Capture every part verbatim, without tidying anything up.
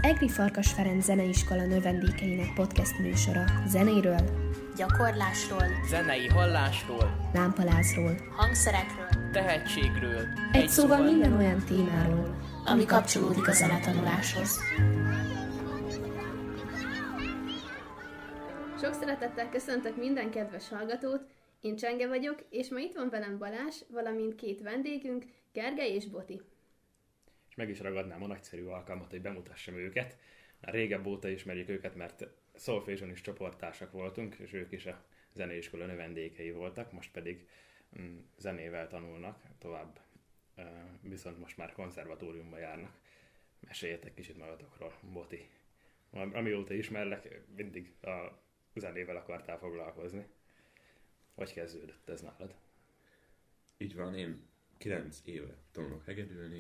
Egri Farkas Ferenc Zeneiskola növendékeinek podcast műsora zenéről, gyakorlásról, zenei hallásról, lámpalázról, hangszerekről, tehetségről, egy, egy szóval minden olyan témáról, ami kapcsolódik a zenetanuláshoz. Sok szeretettel köszöntök minden kedves hallgatót, én Csenge vagyok, és ma itt van velem Balázs, valamint két vendégünk, Gergely és Boti. És meg is ragadnám a nagyszerű alkalmat, hogy bemutassam őket. Már régebb óta ismerjük őket, mert Solfézson is csoporttársak voltunk, és ők is a zeneiskola növendékei voltak, most pedig mm, zenével tanulnak tovább, viszont most már konzervatóriumba járnak. Meséljetek kicsit magatokról, Boti. Amióta ismerlek, mindig a zenével akartál foglalkozni. Hogy kezdődött ez nálad? Így van, én kilenc éve tanulok hegedülni.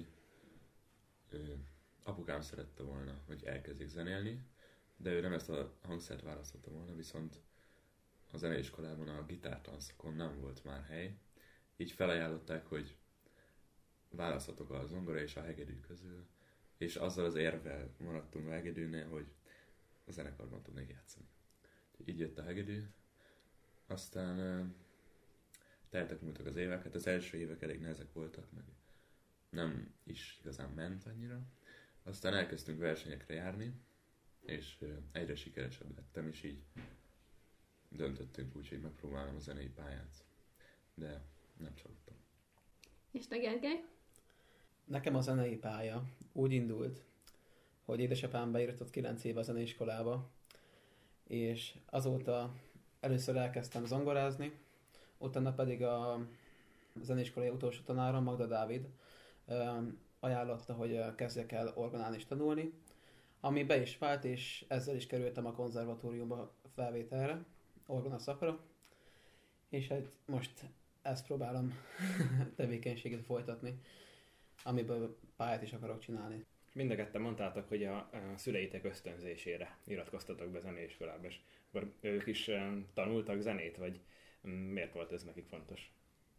Apukám szerette volna, hogy elkezdjék zenélni, de ő nem ezt a hangszert választotta volna, viszont a zeneiskolában a gitártanszakon nem volt már hely. Így felajánlották, hogy választhatok a zongora és a hegedű közül, és azzal az érvel maradtunk a hegedűnél, hogy a zenekarban tudnék játszani. Így jött a hegedű, aztán teltek múltak az évek, hát az első évek elég nehezek voltak, meg nem is igazán ment annyira. Aztán elkezdtünk versenyekre járni, és egyre sikeresebb lettem, és így döntöttünk úgy, hogy megpróbálom a zenei pályát. De nem csalódtam. És te, Gergely? Nekem a zenei pálya úgy indult, hogy édesapám beíratott kilenc éve a zeneiskolába, és azóta először elkezdtem zongorázni, utána pedig a zeneiskolai utolsó tanárom, Magda Dávid, ajánlotta, hogy kezdjek el orgonán is tanulni, ami be is vált, és ezzel is kerültem a konzervatóriumba felvételre, orgona szakra, és hát most ezt próbálom tevékenységet folytatni, amiből pályát is akarok csinálni. Mind a ketten mondtátok, hogy a, a szüleitek ösztönzésére iratkoztatok be zeneiskolába, és akkor ők is um, tanultak zenét, vagy um, miért volt ez nekik fontos?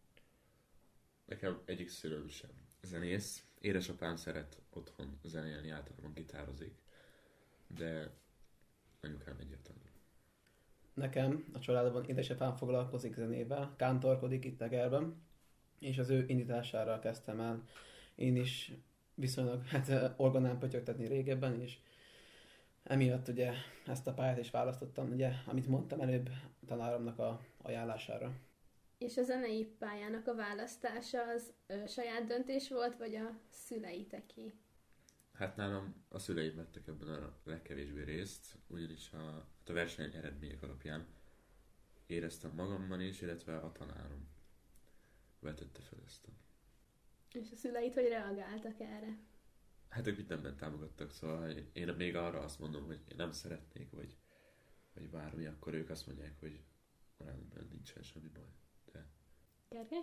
Nekem egyik szülőm sem zenész. Édesapám szeret otthon zenélni, általában gitározik, de anyukám egyáltalán. Nekem a családban édesapám foglalkozik zenével, kántorkodik itt Egerben, és az ő indítására kezdtem el én is viszonylag hát, orgonán pötyögtetni régebben, és emiatt ugye ezt a pályát is választottam, ugye, amit mondtam előbb tanáromnak a ajánlására. És a zenei pályának a választása az ö, saját döntés volt, vagy a szüleiteké? Hát nálam a szüleim vettek ebben a legkevésbé részt, ugyanis a, a verseny eredmények alapján éreztem magamban is, illetve a tanárom vetette fel ezt a... És a szüleit hogy reagáltak erre? Hát ők mindenben támogattak, szóval én még arra azt mondom, hogy én nem szeretnék, vagy, vagy bármi, akkor ők azt mondják, hogy rendben, nincsen semmi baj. De... Gergely?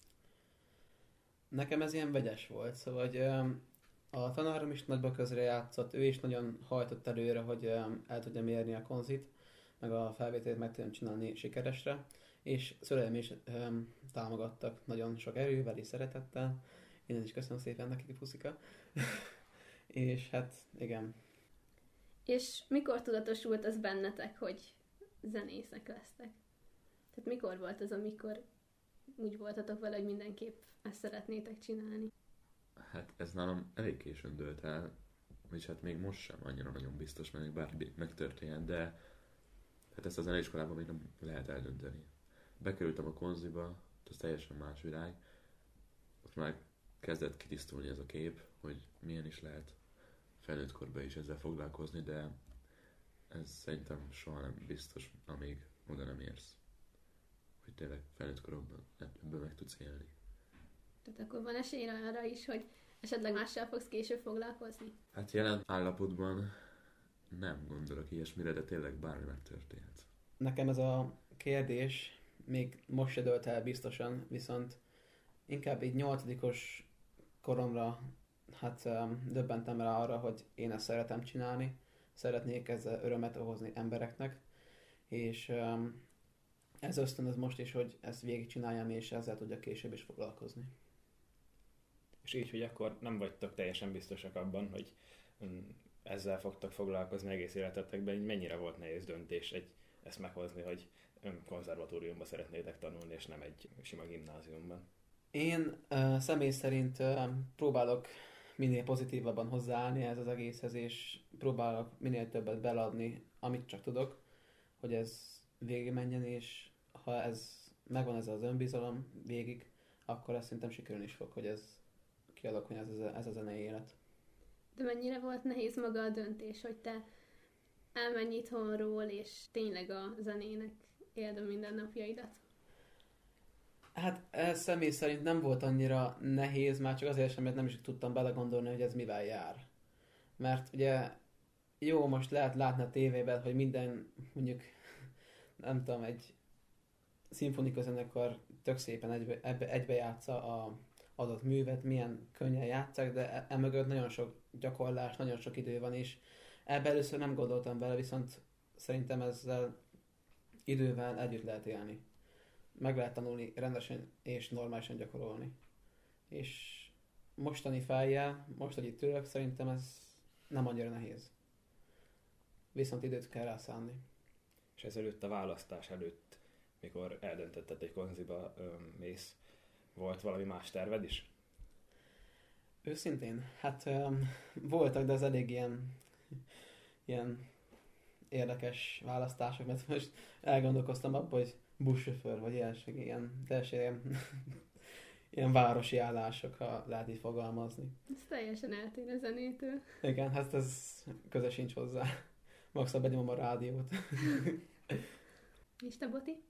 Nekem ez ilyen vegyes volt, szóval hogy, a tanárom is nagyba közre játszott, ő is nagyon hajtott előre, hogy el tudja mérni a konzit, meg a felvételt meg tudjam csinálni sikeresre, és szüleim is um, támogattak nagyon sok erővel és szeretettel. Én is köszönöm szépen nekik, puszika. És hát igen. És mikor tudatosult az bennetek, hogy zenészek lesztek? Tehát mikor volt az, amikor úgy voltatok vele, hogy mindenképp ezt szeretnétek csinálni? Hát ez nálam elég későn dőlt el, és hát még most sem annyira nagyon biztos, mert még bármi megtörténhet, de hát ezt a zeneiskolában még nem lehet eldönteni. Bekerültem a konziba, ez teljesen más világ, ott már kezdett kitisztulni ez a kép, hogy milyen is lehet felnőtt korban is ezzel foglalkozni, de ez szerintem soha nem biztos, amíg oda nem érsz, hogy tényleg felnőtt korodban ebből meg tudsz élni. Tehát akkor van esély arra is, hogy esetleg mással fogsz később foglalkozni? Hát jelen állapotban nem gondolok ilyesmire, de tényleg bármi megtörténhet. Nekem ez a kérdés még most se dölt el biztosan, viszont inkább így nyolcadikos koromra hát um, döbbentem rá arra, hogy én ezt szeretem csinálni, szeretnék ezzel örömet okozni embereknek, és um, ez ösztönöz most is, hogy ezt végigcsináljam, és ezzel tudjak később is foglalkozni. És így, hogy akkor nem vagytok teljesen biztosak abban, hogy ezzel fogtok foglalkozni egész életetekben, mennyire volt nehéz döntés egy, ezt meghozni, hogy konzervatóriumban szeretnétek tanulni, és nem egy sima gimnáziumban? Én uh, személy szerint uh, próbálok minél pozitívabban hozzáállni ez az egészhez, és próbálok minél többet beladni, amit csak tudok, hogy ez végigmenjen, és ha ez megvan ez az önbizalom végig, akkor azt szerintem sikerülni is fog, hogy ez kialakuljon ez, ez, ez a zenei élet. De mennyire volt nehéz maga a döntés, hogy te elmenj itthonról, és tényleg a zenének éld a mindennapjaidat? Hát ez személy szerint nem volt annyira nehéz, már csak azért sem, mert nem is tudtam belegondolni, hogy ez mivel jár. Mert ugye jó, most lehet látni a tévében, hogy minden, mondjuk, nem tudom, egy szimfonika zenekar tök szépen egybe, egybe, egybe játsza a adott művet, milyen könnyen játszák, de emögött nagyon sok gyakorlás, nagyon sok idő van is. Ebbe először nem gondoltam bele, viszont szerintem ezzel idővel együtt lehet élni. Meg lehet tanulni rendesen és normálisan gyakorolni. És mostani fejjel, most, hogy itt ülök, szerintem ez nem annyira nehéz. Viszont időt kell rászánni. És ezelőtt a választás előtt, mikor eldöntötted, hogy konziba öm, mész, volt valami más terved is? Őszintén? Hát öm, voltak, de az elég ilyen, ilyen érdekes választások, mert most elgondolkoztam abban, hogy buszsofőr, vagy ilyesmi, ilyen teljesen ilyen, ilyen városi állások, ha lehet így fogalmazni. Ez teljesen eltér a zenétől. Igen, hát ez köze sincs hozzá. Max, benyomom a rádiót. És te, Boti?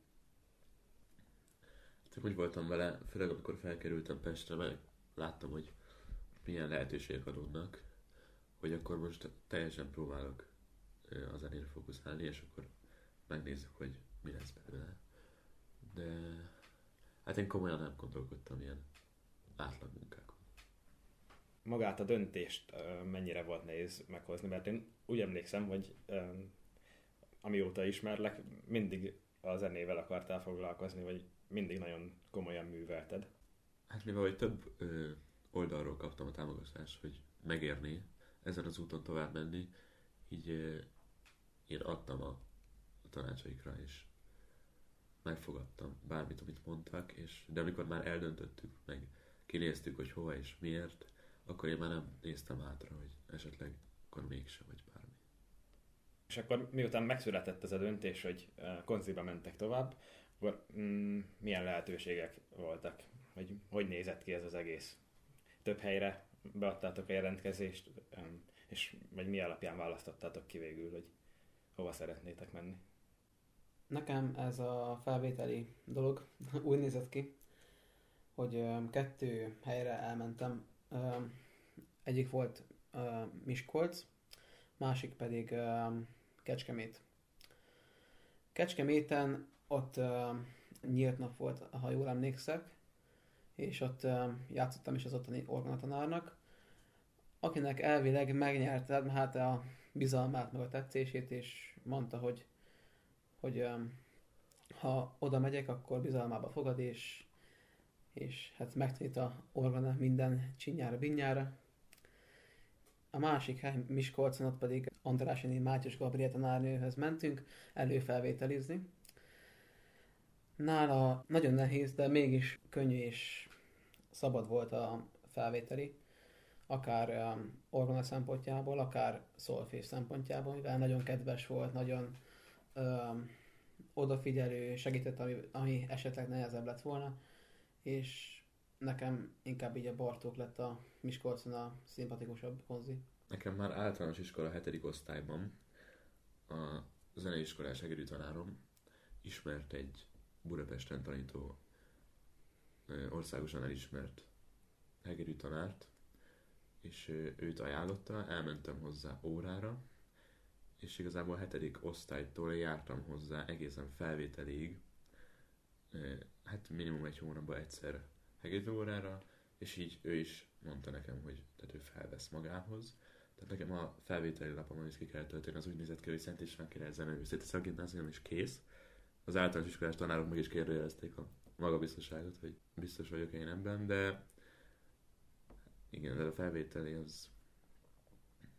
Hát úgy voltam vele, főleg amikor felkerültem Pestre, meg láttam, hogy milyen lehetőségek adódnak, hogy akkor most teljesen próbálok a zenére fókuszálni, és akkor megnézzük, hogy mi lesz belőle. De hát én komolyan nem gondolkodtam ilyen átlag munkákon. Magát a döntést mennyire volt nehéz meghozni, mert én úgy emlékszem, hogy amióta ismerlek, mindig a zenével akartál foglalkozni, vagy mindig nagyon komolyan művelted. Hát mivel hogy több ö, oldalról kaptam a támogatást, hogy megérni ezen az úton tovább menni, így ö, én adtam a tanácsaikra, és megfogadtam bármit, amit mondtak, és, de amikor már eldöntöttük, meg kinéztük, hogy hova és miért, akkor én már nem néztem hátra, hogy esetleg akkor mégse, vagy bármi. És akkor miután megszületett ez a döntés, hogy konziba mentek tovább, akkor mm, milyen lehetőségek voltak? Hogy hogy nézett ki ez az egész? Több helyre beadtátok a jelentkezést, és vagy mi alapján választottátok ki végül, hogy hova szeretnétek menni? Nekem ez a felvételi dolog úgy nézett ki, hogy kettő helyre elmentem. Egyik volt Miskolc, másik pedig Kecskemét. Kecskeméten ott nyílt nap volt, ha jól emlékszek, és ott játszottam is az ottani orgonatanárnak, akinek elvileg megnyertem hát a bizalmát, meg a tetszését, és mondta, hogy, hogy ha oda megyek, akkor bizalmába fogad, és, és hát megtanít a orgona minden csinyára, binnyára. A másik hely Miskolcon, ott pedig Andrássy Mátyus Gabriel tanárnőhöz mentünk előfelvételizni. Nála nagyon nehéz, de mégis könnyű és szabad volt a felvételi, akár um, orgona szempontjából, akár szolfés szempontjából, mivel nagyon kedves volt, nagyon um, odafigyelő, segített, ami, ami esetleg nehezebb lett volna, és nekem inkább így a Bartók lett a Miskolcon a szimpatikusabb konzi. Nekem már általános iskola hetedik osztályban a zeneiskolás hegedű tanárom ismert egy Budapesten tanító, országosan elismert hegedű tanárt, és őt ajánlotta, elmentem hozzá órára, és igazából a hetedik osztálytól jártam hozzá egészen felvételig, hát minimum egy hónapban egyszer hegedű órára, és így ő is mondta nekem, hogy tehát ő felvesz magához. Tehát nekem a felvételi lapomon is ki kell tölteni, az úgy nézett ki, hogy Szent István Király Zeneművészeti Szakgimnázium is kész. Az általános iskolás tanárok meg is kérdőjelezték a magabiztosságot, hogy biztos vagyok én ebben, de igen, de a felvételi az,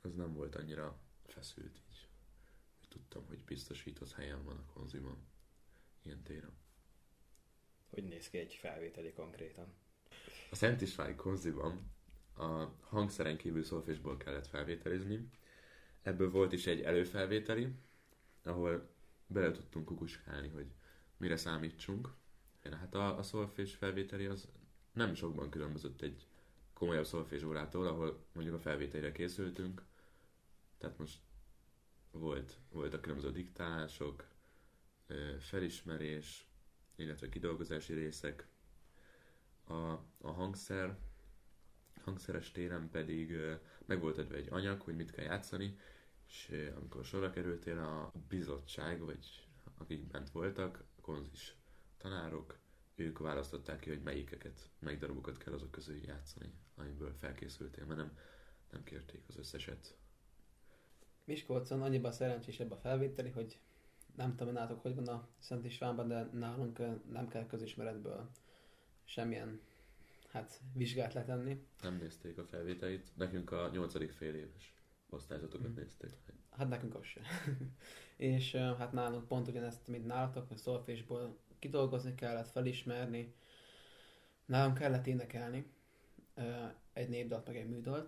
az nem volt annyira feszült így. Tudtam, hogy biztosított helyen van a konziban ilyen téren. Hogy néz ki egy felvételi konkrétan? A Szent Istváni konziban a hangszeren kívül szolfésból kellett felvételizni. Ebből volt is egy előfelvételi, ahol bele tudtunk kukuskálni, hogy mire számítsunk. Hát a, a szolfés felvételi az nem sokban különbözött egy komolyabb szolfés órától, ahol mondjuk a felvételire készültünk. Tehát most volt, volt a különböző diktálások, felismerés, illetve kidolgozási részek. A, a hangszer, hangszeres téren pedig meg volt adva egy anyag, hogy mit kell játszani, és amikor sorra kerültél, a bizottság, vagy akik bent voltak, a konzis tanárok, ők választották ki, hogy melyikeket, melyik darabokat kell azok közül játszani, amiből felkészültél, mert nem, nem kérték az összeset. Miskolcon annyiban szerencsésebb a felvételi, hogy nem tudom, nálatok hogy van a Szent Istvánban, de nálunk nem kell közismeretből semmilyen hát, vizsgát letenni. Nem nézték a felvételit, nekünk a nyolcadik fél éves osztályzatokat hmm. nézték. Hát nekünk az sem. És hát nálunk pont ugyanezt, mint nálatok, hogy szolfésból kidolgozni kellett, felismerni. Nálunk kellett énekelni egy népdalt, meg egy műdalt.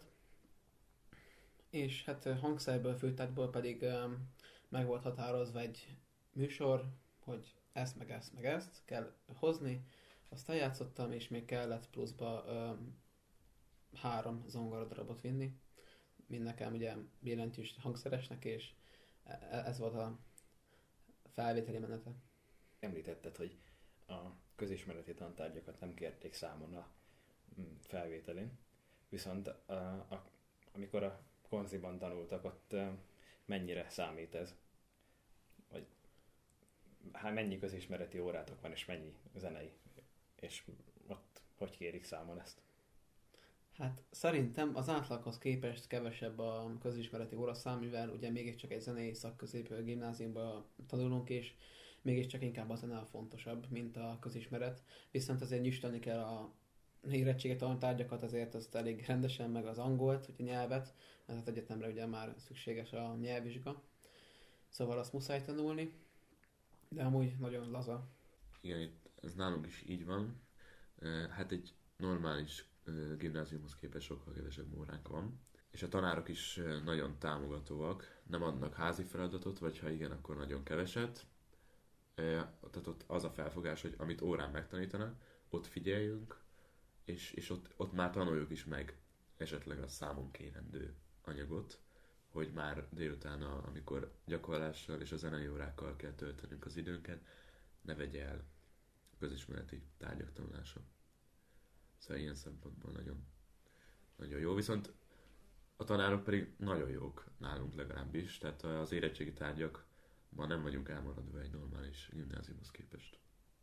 És hát hangszerből, főtárgyból pedig meg volt határozva egy műsor, hogy ezt, meg ezt, meg ezt kell hozni. Azt eljátszottam, és még kellett pluszba ö, három zongoradarabot vinni. Mind nekem ugye billentyűs hangszeresnek, és ez volt a felvételi menete. Említetted, hogy a közismereti tantárgyakat nem kérték számon a felvételin, viszont a, a, amikor a konziban tanultak, ott mennyire számít ez? Vagy hát mennyi közismereti órátok van, és mennyi zenei? És ott hogy kérik számon ezt? Hát szerintem az átlaghoz képest kevesebb a közismereti óraszám, mivel ugye mégiscsak egy zenei szakközép gimnáziumban tanulunk, és mégiscsak inkább a zene a fontosabb, mint a közismeret. Viszont azért nyüstölni kell a érettségi tantárgyakat, azért azt elég rendesen, meg az angolt, hogy a nyelvet, mert az egyetemre ugye már szükséges a nyelvvizsga. Szóval azt muszáj tanulni, de amúgy nagyon laza. Igen, itt ez nálunk is így van. Hát egy normális gimnáziumhoz képest sokkal kevesebb óránk van. És a tanárok is nagyon támogatóak, nem adnak házi feladatot, vagy ha igen, akkor nagyon keveset. Tehát ott az a felfogás, hogy amit órán megtanítanak, ott figyeljünk, és, és ott, ott már tanuljuk is meg esetleg a számon kérendő anyagot, hogy már délután, amikor gyakorlással és a zenei órákkal kell töltenünk az időnket, ne vegye el közismereti tárgyak tanulása. Szóval ilyen szempontból nagyon, nagyon jó. Viszont a tanárok pedig nagyon jók nálunk legalábbis, tehát az érettségi tárgyakban nem vagyunk elmaradva egy normális gimnáziumhoz képest.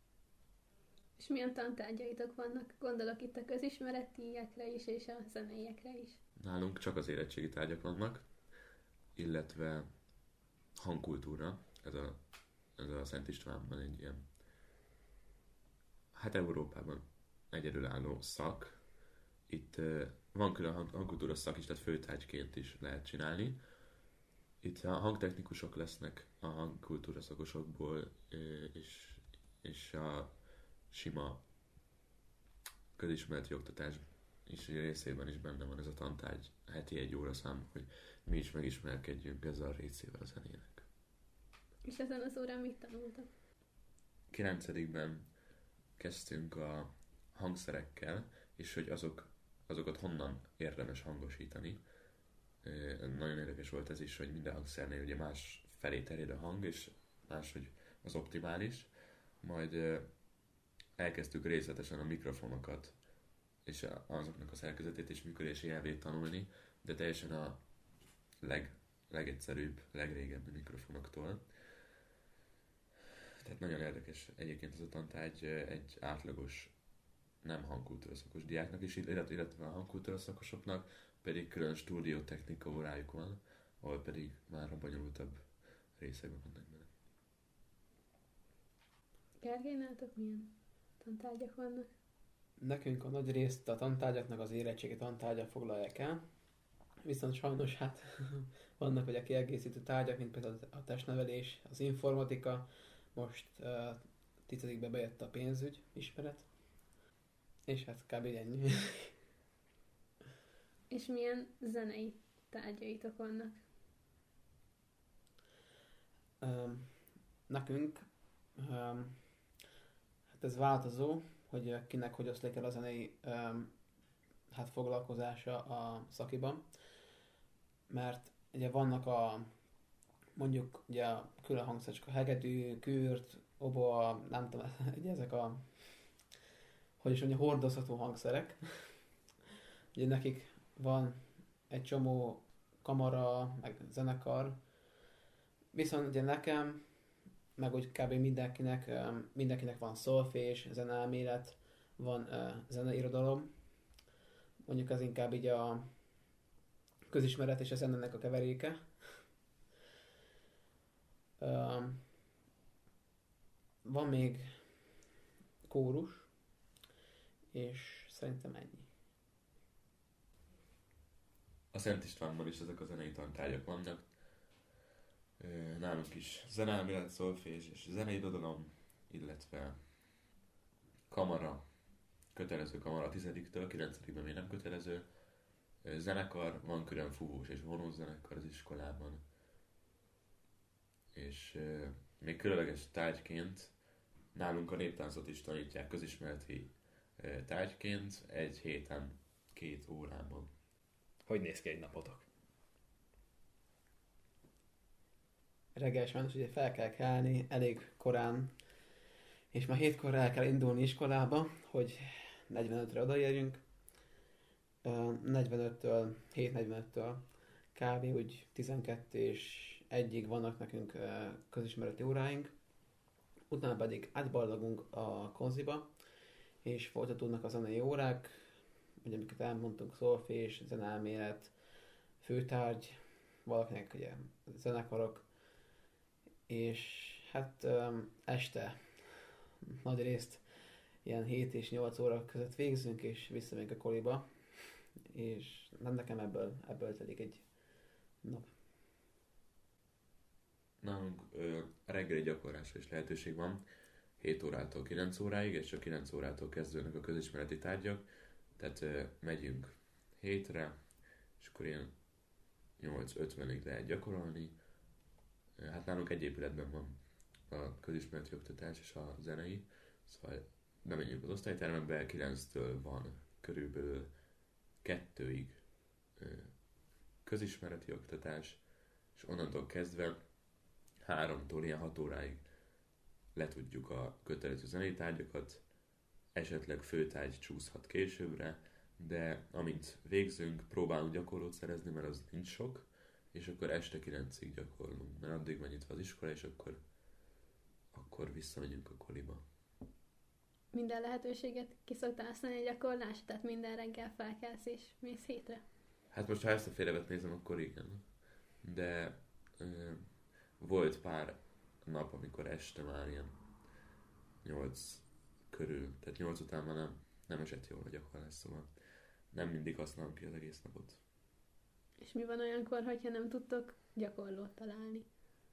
És milyen tantárgyaitok vannak? Gondolok itt a közismeretiekre is, és a zeneiekre is. Nálunk csak az érettségi tárgyak vannak, illetve hangkultúra, ez a, ez a Szent Istvánban egy ilyen, hát Európában egyedülálló szak. Itt uh, van külön hang, hangkultúra szak is, tehát főtárgyként is lehet csinálni. Itt a hangtechnikusok lesznek a hangkultúra szakosokból, és, és a sima közismereti oktatás is részében is benne van ez a tantárgy, heti egy óra szám, hogy mi is megismerkedjünk ezzel a részével a zenének. És ezen az órán mit tanultak? kilencedikben kezdtünk a hangszerekkel, és hogy azok, azokat honnan érdemes hangosítani. E, nagyon érdekes volt ez is, hogy minden hangszernél ugye más felé terjed a hang, és más, hogy az optimális. Majd e, elkezdtük részletesen a mikrofonokat, és a, azoknak a szerkezetét és működési elvét tanulni, de teljesen a leg, legegyszerűbb, legrégebbi mikrofonoktól. Tehát nagyon érdekes egyébként ez a tantárgy egy átlagos, nem hangkultúra szakos diáknak is, illetve a hangkultúra szakosoknak pedig külön stúdiótechnika órájuk van, ahol pedig már a bonyolultabb részek vannak benne. Gergely, nálatok milyen tantárgyak vannak? Nekünk a nagy részt a tantárgyaknak az érettségi tantárgyak foglalják el, Viszont sajnos hát vannak ugye kiegészítő tárgyak, mint például a testnevelés, az informatika, most uh, tizedikbe bejött a pénzügy ismeret, és hát kb. Ennyi. És milyen zenei tárgyaitok vannak? Um, nekünk um, hát ez változó, hogy kinek hogy oszlik el a zenei um, hát foglalkozása a szakiban, mert ugye vannak a mondjuk ugye a külön hangszerek, a hegedű, kürt, oboa, nem tudom, ugye ezek a hogy is mondja, hordozható hangszerek. Ugye nekik van egy csomó kamara, meg zenekar, viszont ugye nekem, meg úgy kb. mindenkinek, mindenkinek van szolfés, zeneelmélet, van uh, zeneirodalom, mondjuk ez inkább így a közismeret és a zenének a keveréke. Uh, van még kórus, és szerintem ennyi. A Szent Istvánban is ezek a zenei tantárgyak vannak. Nálunk is zeneelmélet, szolfés és zeneirodalom, illetve kamara, kötelező kamara a tizediktől, kilencedikben még nem kötelező. Zenekar, van külön fúvós és vonós zenekar az iskolában. És euh, még különleges tárgyként nálunk a néptáncot is tanítják közismereti euh, tárgyként egy héten, két órában. Hogy néz ki egy napotok? Reggel sajnos ugye fel kell kelni elég korán, és már hétkor el kell indulni iskolába, hogy negyvenötre odaérjünk. negyvenöttől, hét negyvenöttől kb. Úgy tizenkettő és egyig vannak nekünk közismereti óráink. Utána pedig átballagunk a konziba, és folytatódnak a zenei órák, ugye amiket elmondtunk, szolfés, zeneelmélet, főtárgy, valakinek ugye zenekarok, és hát um, este nagy részt ilyen hét és nyolc óra között végzünk, és visszamegyünk a koliba, és nem nekem ebből, ebből telik egy nap. Nálunk ö, reggeli gyakorlásra is lehetőség van, hét órától kilenc óráig, és csak kilenc órától kezdődnek a közismereti tárgyak, tehát ö, megyünk hétre, és akkor ilyen nyolc ötvenig lehet gyakorolni. Hát nálunk egy épületben van a közismereti oktatás és a zenei, szóval bemegyünk az osztálytermekbe, kilenctől van körülbelül kettőig közismereti oktatás, és onnantól kezdve háromtól ilyen hat óráig letudjuk a kötelező zenei tárgyakat, esetleg főtárgy csúszhat későbbre, de amint végzünk, próbálunk gyakorlót szerezni, mert az nincs sok, és akkor este kilencig gyakorlunk, mert addig van nyitva az iskola, és akkor, akkor visszamegyünk a koliba. Minden lehetőséget ki szoktál használni a gyakorlás? Tehát minden reggel felkelsz és mész hétre? Hát most, ha ezt a félevet nézem, akkor igen. De ö, volt pár nap, amikor este már ilyen nyolc körül, tehát nyolc után már nem, nem esett jól a gyakorlás, szóval nem mindig használom ki az egész napot. És mi van olyankor, hogyha nem tudtok gyakorlót találni?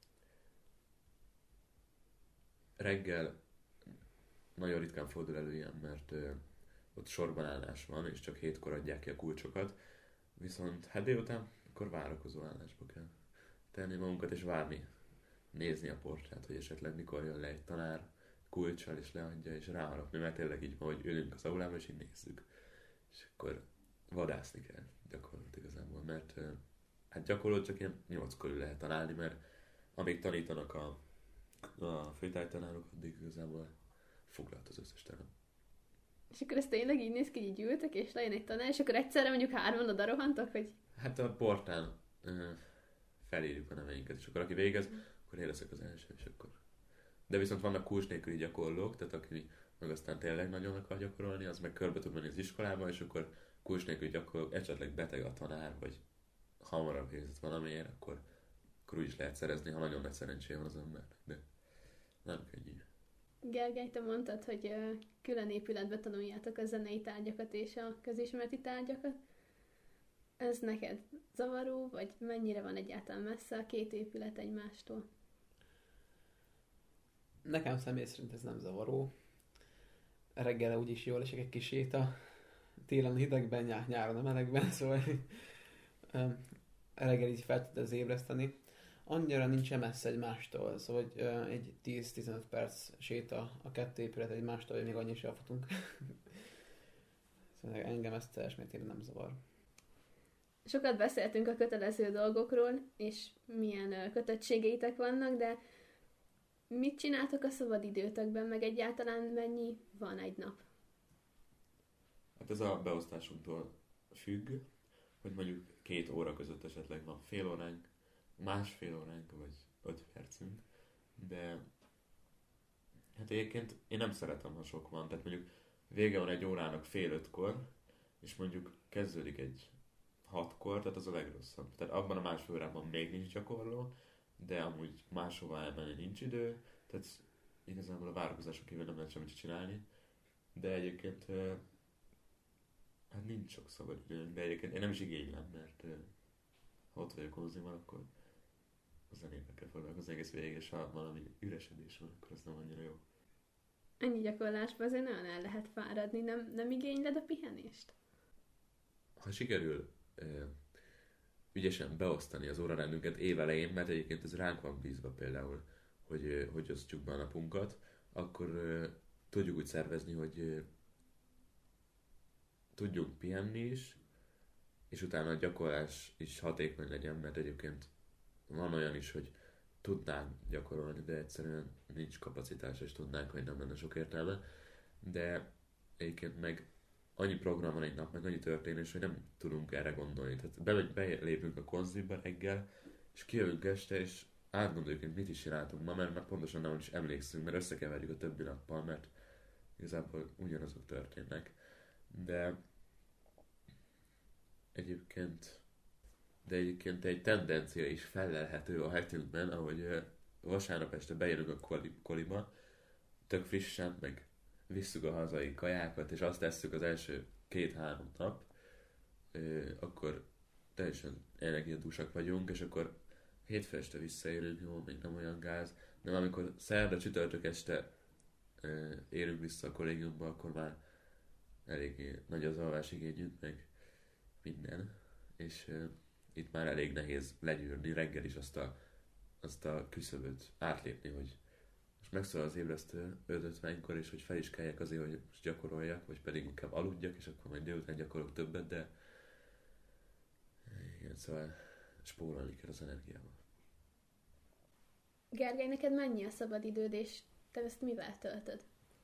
Reggel nagyon ritkán fordul elő ilyen, mert ö, ott sorban állás van, és csak hétkor adják ki a kulcsokat. Viszont hát délután akkor várakozó állásba kell tenni magunkat, és várni, nézni a portrát, hogy esetleg mikor jön le egy tanár kulccsal, és leadja, és ráharapni, mert tényleg így van, hogy ülünk az aulában, és így nézzük. És akkor vadászni kell gyakorlót igazából, mert ö, hát gyakorlót csak ilyen nyolc körül lehet találni, mert amíg tanítanak a, a főtárgytanárok, addig igazából foglalt az összes terem. És akkor ez tényleg így néz ki, hogy így ültek, és lejön egy tanár, és akkor egyszerre mondjuk hárman oda rohantok, hogy... Hát a portán ö, felírjuk a neveinket, és akkor aki végez, akkor én leszek az első, és akkor... De viszont vannak kurs nélküli gyakorlók, tehát aki meg aztán tényleg nagyon akar gyakorolni, az meg körbe tud menni az iskolába, és akkor kurs nélküli gyakorlók, esetleg beteg a tanár, vagy hamarabb végzett valamiért, akkor, akkor úgy is lehet szerezni, ha nagyon nagy szerencséje van az embernek, de nem könnyű. Gergely, te mondtad, hogy ö, külön épületben tanuljátok a zenei tárgyakat és a közismereti tárgyakat. Ez neked zavaró, vagy mennyire van egyáltalán messze a két épület egymástól? Nekem személy szerint ez nem zavaró. Reggel úgyis jól esik egy kis séta. Télen hidegben, nyá- nyáron a melegben, szóval reggel így fel tud ez ébreszteni. Annyira nincs messze egymástól, szóval hogy, ö, egy tíz-tizenöt perc séta a kettő épület egymástól, hogy még annyi sem futunk. Szóval engem ezt teljes mértékben nem zavar. Sokat beszéltünk a kötelező dolgokról, és milyen ö, kötöttségeitek vannak, de mit csináltok a szabadidőtökben, meg egyáltalán mennyi van egy nap? Hát ez a beosztásunktól függ, hogy mondjuk két óra között esetleg van fél óránk, másfél óránk, vagy öt percünk, de hát egyébként én nem szeretem, ha sok van, tehát mondjuk vége van egy órának fél ötkor, és mondjuk kezdődik egy hatkor, tehát az a legrosszabb. Tehát abban a másfél órában még nincs gyakorló, de amúgy máshova elmenni nincs idő, tehát igazából a várakozáson kívül nem lehet semmit csinálni, de egyébként hát nincs sok szabad idő, de egyébként én nem is igénylem, mert ha ott vagyok Konziban, akkor a zenékkel foglalkozni egész végig, és ha valami üresedés van, akkor az nem annyira jó. Ennyi gyakorlásban azért nagyon el lehet fáradni, nem, nem igényled a pihenést? Ha sikerül ö, ügyesen beosztani az órarendünket évelején, mert egyébként ez ránk van bízva például, hogy, ö, hogy osztjuk be a napunkat, akkor ö, tudjuk úgy szervezni, hogy ö, tudjunk pihenni is, és utána a gyakorlás is hatékony legyen, mert egyébként van olyan is, hogy tudnánk gyakorolni, de egyszerűen nincs kapacitás, és tudnánk, hogy nem lenne sok értelme. De egyébként meg annyi program van egy nap, meg annyi történés, hogy nem tudunk erre gondolni. Tehát be, belépünk a konziba reggel, és kijövünk este, és átgondoljuk, hogy mit is csináltunk ma, mert már pontosan nem is emlékszünk, mert összekeverjük a többi nappal, mert igazából ugyanazok történnek. De egyébként de egyébként egy tendencia is fellelhető a hetünkben, ahogy uh, vasárnap este bejönünk a koli- koliba, tök frissen, meg visszük a hazai kajákat, és azt tesszük az első két-három nap, uh, akkor teljesen energiadúsak vagyunk, és akkor hétfő este visszaérünk, jó, még nem olyan gáz, de amikor szerda, csütörtök este uh, érünk vissza a kollégiumba, akkor már eléggé nagy az alvásigényünk, meg minden, és uh, itt már elég nehéz legyűrni reggel is azt a, azt a küszöböt átlépni, hogy most megszól az ébresztő öt ötvenkor, és hogy fel is keljek azért, hogy most gyakoroljak, vagy pedig inkább aludjak, és akkor majd délután gyakorolok többet, de igen, szóval spórolni kell az energiával. Gergely, neked mennyi a szabadidőd, és te ezt mivel töltöd?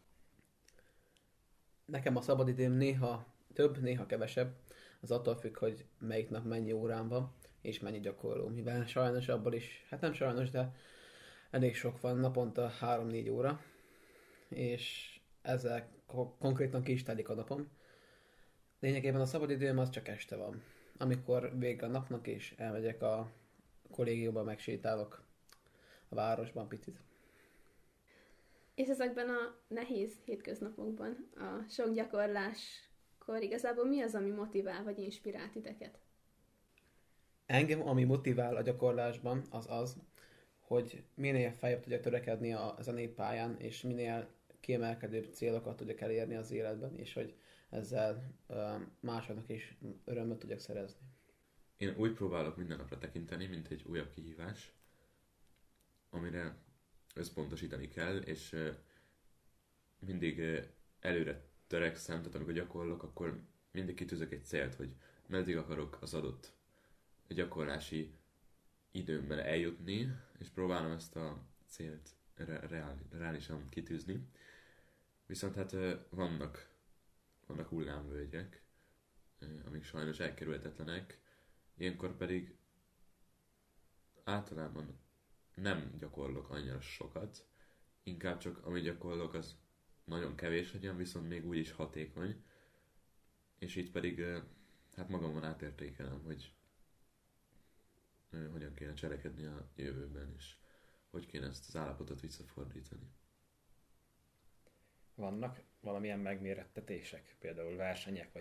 Nekem a szabadidőm néha több, néha kevesebb. Az attól függ, hogy melyik nap mennyi órán van, és mennyi gyakorló. Mivel sajnos abból is, hát nem sajnos, de elég sok van, naponta három-négy óra, és ezzel konkrétan ki is telik a napom. Lényegében a szabadidőm az csak este van, amikor vége a napnak, és elmegyek a kollégiumba, megsétálok a városban picit. És ezekben a nehéz hétköznapokban, a sok gyakorláskor igazából mi az, ami motivál vagy inspirál titeket? Engem, ami motivál a gyakorlásban, az az, hogy minél feljebb tudjak törekedni a zenépályán, és minél kiemelkedőbb célokat tudjak elérni az életben, és hogy ezzel uh, másoknak is örömmel tudjak szerezni. Én úgy próbálok minden napra tekinteni, mint egy újabb kihívás, amire összpontosítani kell, és uh, mindig uh, előre törekszem, tehát amikor gyakorlok, akkor mindig kitűzök egy célt, hogy meddig akarok az adott gyakorlási időmben eljutni, és próbálom ezt a célt re- reál, reálisan kitűzni. Viszont hát uh, vannak, vannak hullámvölgyek, uh, amik sajnos elkerülhetetlenek, ilyenkor pedig általában nem gyakorlok annyira sokat, inkább csak amit gyakorlok, az nagyon kevés legyen, viszont még úgy is hatékony, és itt pedig uh, hát magamon átértékelem, hogy uh, hogyan kéne cselekedni a jövőben, és hogy kéne ezt az állapotot visszafordítani. Vannak valamilyen megmérettetések, például versenyek, vagy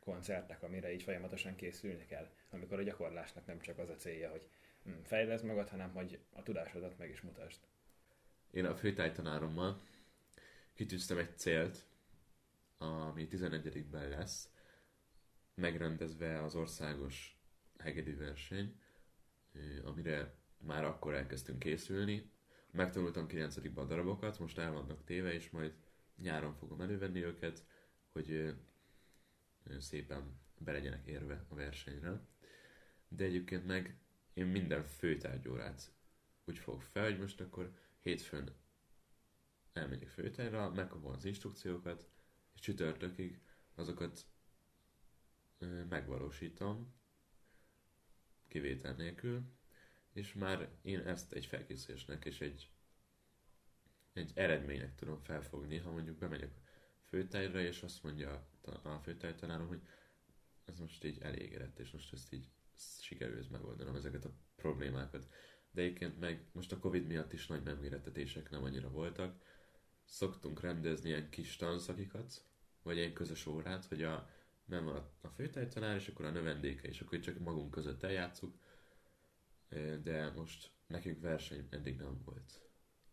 koncertek, amire így folyamatosan készülni kell, amikor a gyakorlásnak nem csak az a célja, hogy hm, fejleszd magad, hanem hogy a tudásodat meg is mutasd. Én a főtájtanárommal kitűztem egy célt, ami tizenegyedikben lesz, megrendezve az országos hegedű verseny, amire már akkor elkezdtünk készülni. Megtanultam kilencedikben a darabokat, most el vannak téve, és majd nyáron fogom elővenni őket, hogy szépen be legyenek érve a versenyre. De egyébként meg én minden főtárgyórát úgy fogok fel, hogy most akkor hétfőn elmegyek főtárgyra, megkapom az instrukciókat, és csütörtökig azokat megvalósítom, kivétel nélkül, és már én ezt egy felkészülésnek és egy, egy eredménynek tudom felfogni, ha mondjuk bemegyek főtájra, és azt mondja a főtájtanárom, hogy ez most így elégedett, és most ezt így sikerül megoldanom ezeket a problémákat. De egyébként meg most a Covid miatt is nagy megmérettetések nem annyira voltak. Szoktunk rendezni ilyen kis tanszakikat, vagy ilyen közös órát, hogy a, nem van a főtájtanár, és akkor a növendéke, és akkor csak magunk között eljátszuk, de most nekünk verseny eddig nem volt.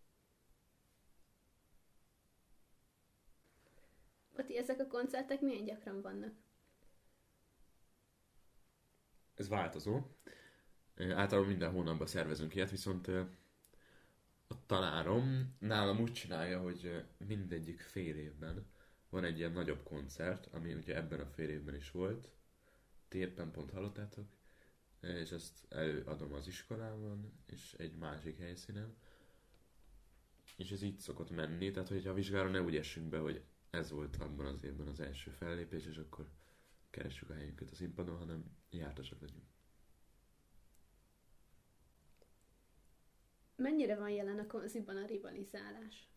Oti, ezek a koncertek milyen gyakran vannak? Ez változó. Általában minden hónapban szervezünk ilyet, viszont a tanárom nálam úgy csinálja, hogy mindegyik fél évben van egy ilyen nagyobb koncert, ami ugye ebben a fél évben is volt. Ti éppen pont hallottátok, és ezt előadom az iskolában, és egy másik helyszínen. És ez így szokott menni, tehát hogy a vizsgára ne úgy essünk be, hogy ez volt abban az évben az első fellépés, és akkor keressük a helyünket a színpadon, hanem jártasak legyünk. Mennyire van jelen a konziban a rivalizálás?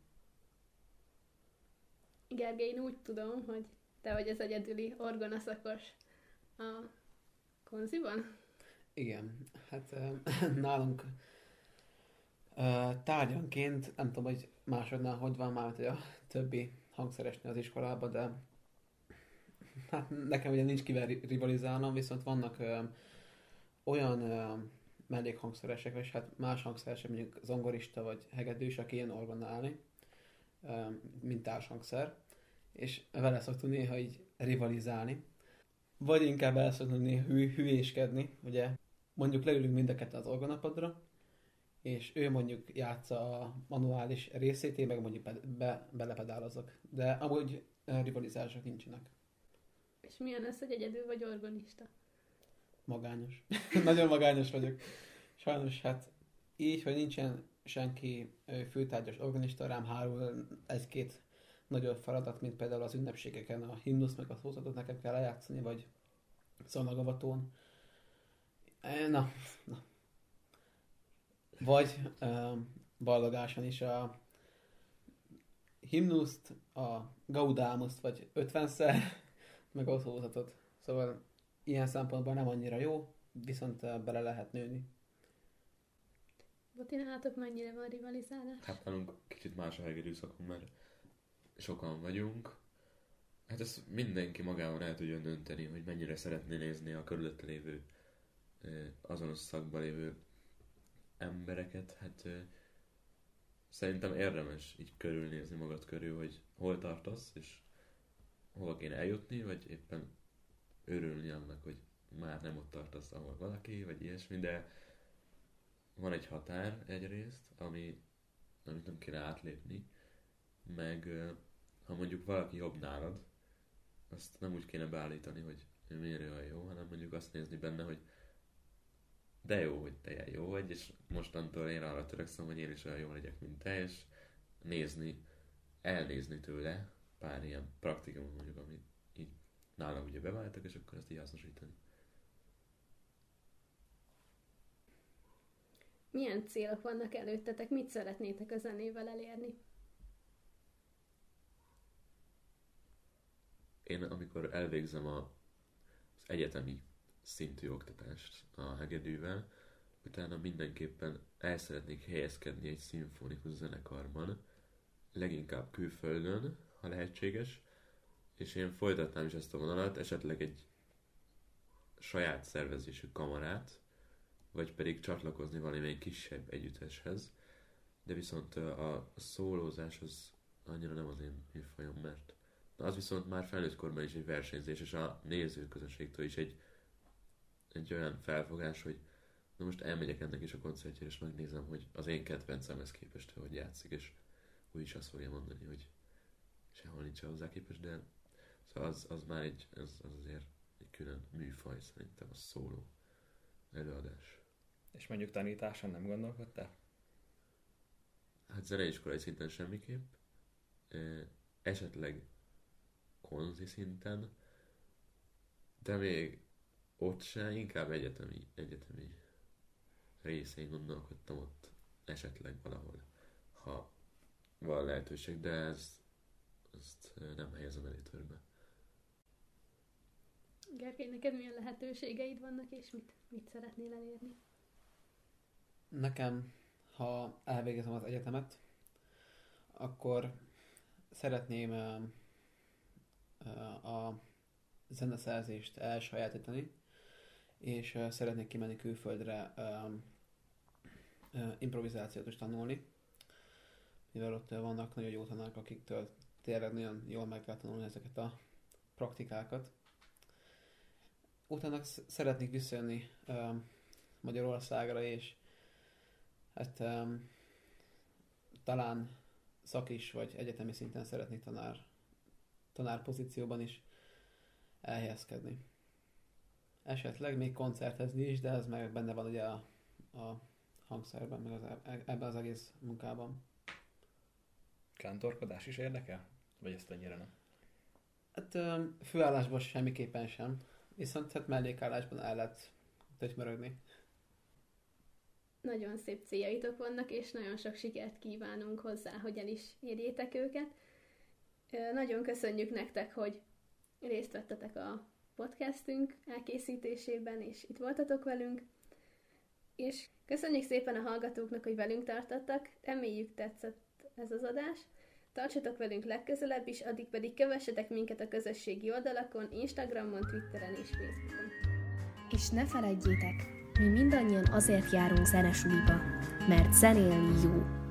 Gergely, én úgy tudom, hogy te vagy az egyedüli orgonaszakos a konziban? Igen, hát nálunk tárgyanként, nem tudom, hogy másodnál hogy van már, hogy a többi hangszeresnél az iskolában, de hát nekem ugye nincs kivel rivalizálnom, viszont vannak ö, olyan ö, mellékhangszeresek, vagy hát más hangszeresek, mondjuk zongorista vagy hegedűs, aki ilyen orgonálni, ö, mint társhangszer, és vele szoktunk néha így rivalizálni. Vagy inkább el szoktunk néha hű, hülyéskedni, ugye mondjuk leülünk mind a ketten az orgonapadra, és ő mondjuk játsza a manuális részét, én meg mondjuk be, be, belepedálozok. De amúgy rivalizálások nincsenek. És milyen az, hogy egyedül vagy orgonista? Magányos. Nagyon magányos vagyok. Sajnos hát így, hogy nincsen senki főtárgyas organista, rám hárul egy-két nagyobb feladat, mint például az ünnepségeken a himnusz meg a szózatot nekem kell lejátszani, vagy szalagavatón. Na, na. Vagy uh, ballogáson is a himnuszt, a gaudámuszt, vagy ötvenszer, meg a szózatot. Szóval ilyen szempontból nem annyira jó, viszont uh, bele lehet nőni. Boti, nálatok mennyire van rivalizálás? Hát nálunk kicsit más a hegedű szakon, mert sokan vagyunk. Hát ezt mindenki magában el tudja dönteni, hogy mennyire szeretné nézni a körülötte lévő azonos szakban lévő embereket. Hát szerintem érdemes így körülnézni magad körül, hogy hol tartasz, és hova kéne eljutni, vagy éppen örülni annak, hogy már nem ott tartasz, ahol valaki, vagy ilyesmi, de van egy határ egyrészt, ami, amit nem kéne átlépni, meg ha mondjuk valaki jobb nálad, azt nem úgy kéne beállítani, hogy ő miért olyan jó, hanem mondjuk azt nézni benne, hogy de jó, hogy te ilyen jó vagy, és mostantól én arra törekszem, hogy én is olyan jó legyek, mint te, és nézni, elnézni tőle pár ilyen praktikumot mondjuk, amit így nálam ugye beváltak, és akkor ezt így hasznosítani. Milyen célok vannak előttetek? Mit szeretnétek a zenével elérni? Én amikor elvégzem a, az egyetemi szintű oktatást a hegedűvel, utána mindenképpen el szeretnék helyezkedni egy szimfonikus zenekarban, leginkább külföldön, ha lehetséges, és én folytatnám is ezt a vonalat, esetleg egy saját szervezésű kamarát, vagy pedig csatlakozni valamilyen kisebb együtteshez, de viszont a, a szólózás az annyira nem az én műfajom, mert az viszont már felnőtt korban is egy versenyzés, és a nézőközönségtől is egy, egy olyan felfogás, hogy na most elmegyek ennek is a koncertjére, és megnézem, hogy az én kedvencemhez képest hogy játszik, és úgy is azt fogja mondani, hogy sehol nincs hozzá képest, de szóval az, az már egy, az, az azért egy külön műfaj szerintem, a szóló előadás. És mondjuk tanításon nem gondolkodtál? Hát zeneiskolai szinten semmiképp, e, esetleg konzi szinten, de még ott se, inkább egyetemi, egyetemi részén gondolkodtam ott esetleg valahol, ha van lehetőség, de ez, ezt nem helyezem előtérbe. Gergely, neked milyen lehetőségeid vannak, és mit, mit szeretnél elérni? Nekem, ha elvégezem az egyetemet, akkor szeretném uh, uh, a zeneszerzést elsajátítani, és uh, szeretnék kimenni külföldre uh, uh, improvizációt is tanulni, mivel ott uh, vannak nagyon jó tanárok, akiktől tényleg nagyon jól meg kell tanulni ezeket a praktikákat. Utána szeretnék visszajönni uh, Magyarországra, és hát um, talán szakis vagy egyetemi szinten szeretnék tanár, tanár pozícióban is elhelyezkedni. Esetleg még koncertezni is, de ez meg benne van ugye a, a hangszerben, meg az, ebben az egész munkában. Kántorkodás is érdekel? Vagy ezt annyira nem? Hát um, főállásban semmiképpen sem, viszont hát mellékállásban el lehet tötymörögni. Nagyon szép céljaitok vannak, és nagyon sok sikert kívánunk hozzá, hogy el is érjétek őket. Nagyon köszönjük nektek, hogy részt vettetek a podcastünk elkészítésében, és itt voltatok velünk. És köszönjük szépen a hallgatóknak, hogy velünk tartottak. Reméljük tetszett ez az adás. Tartsatok velünk legközelebb is, addig pedig kövessetek minket a közösségi oldalakon, Instagramon, Twitteren és Facebookon. És ne feledjétek, mi mindannyian azért járunk zenesuliba, mert zenélni jó.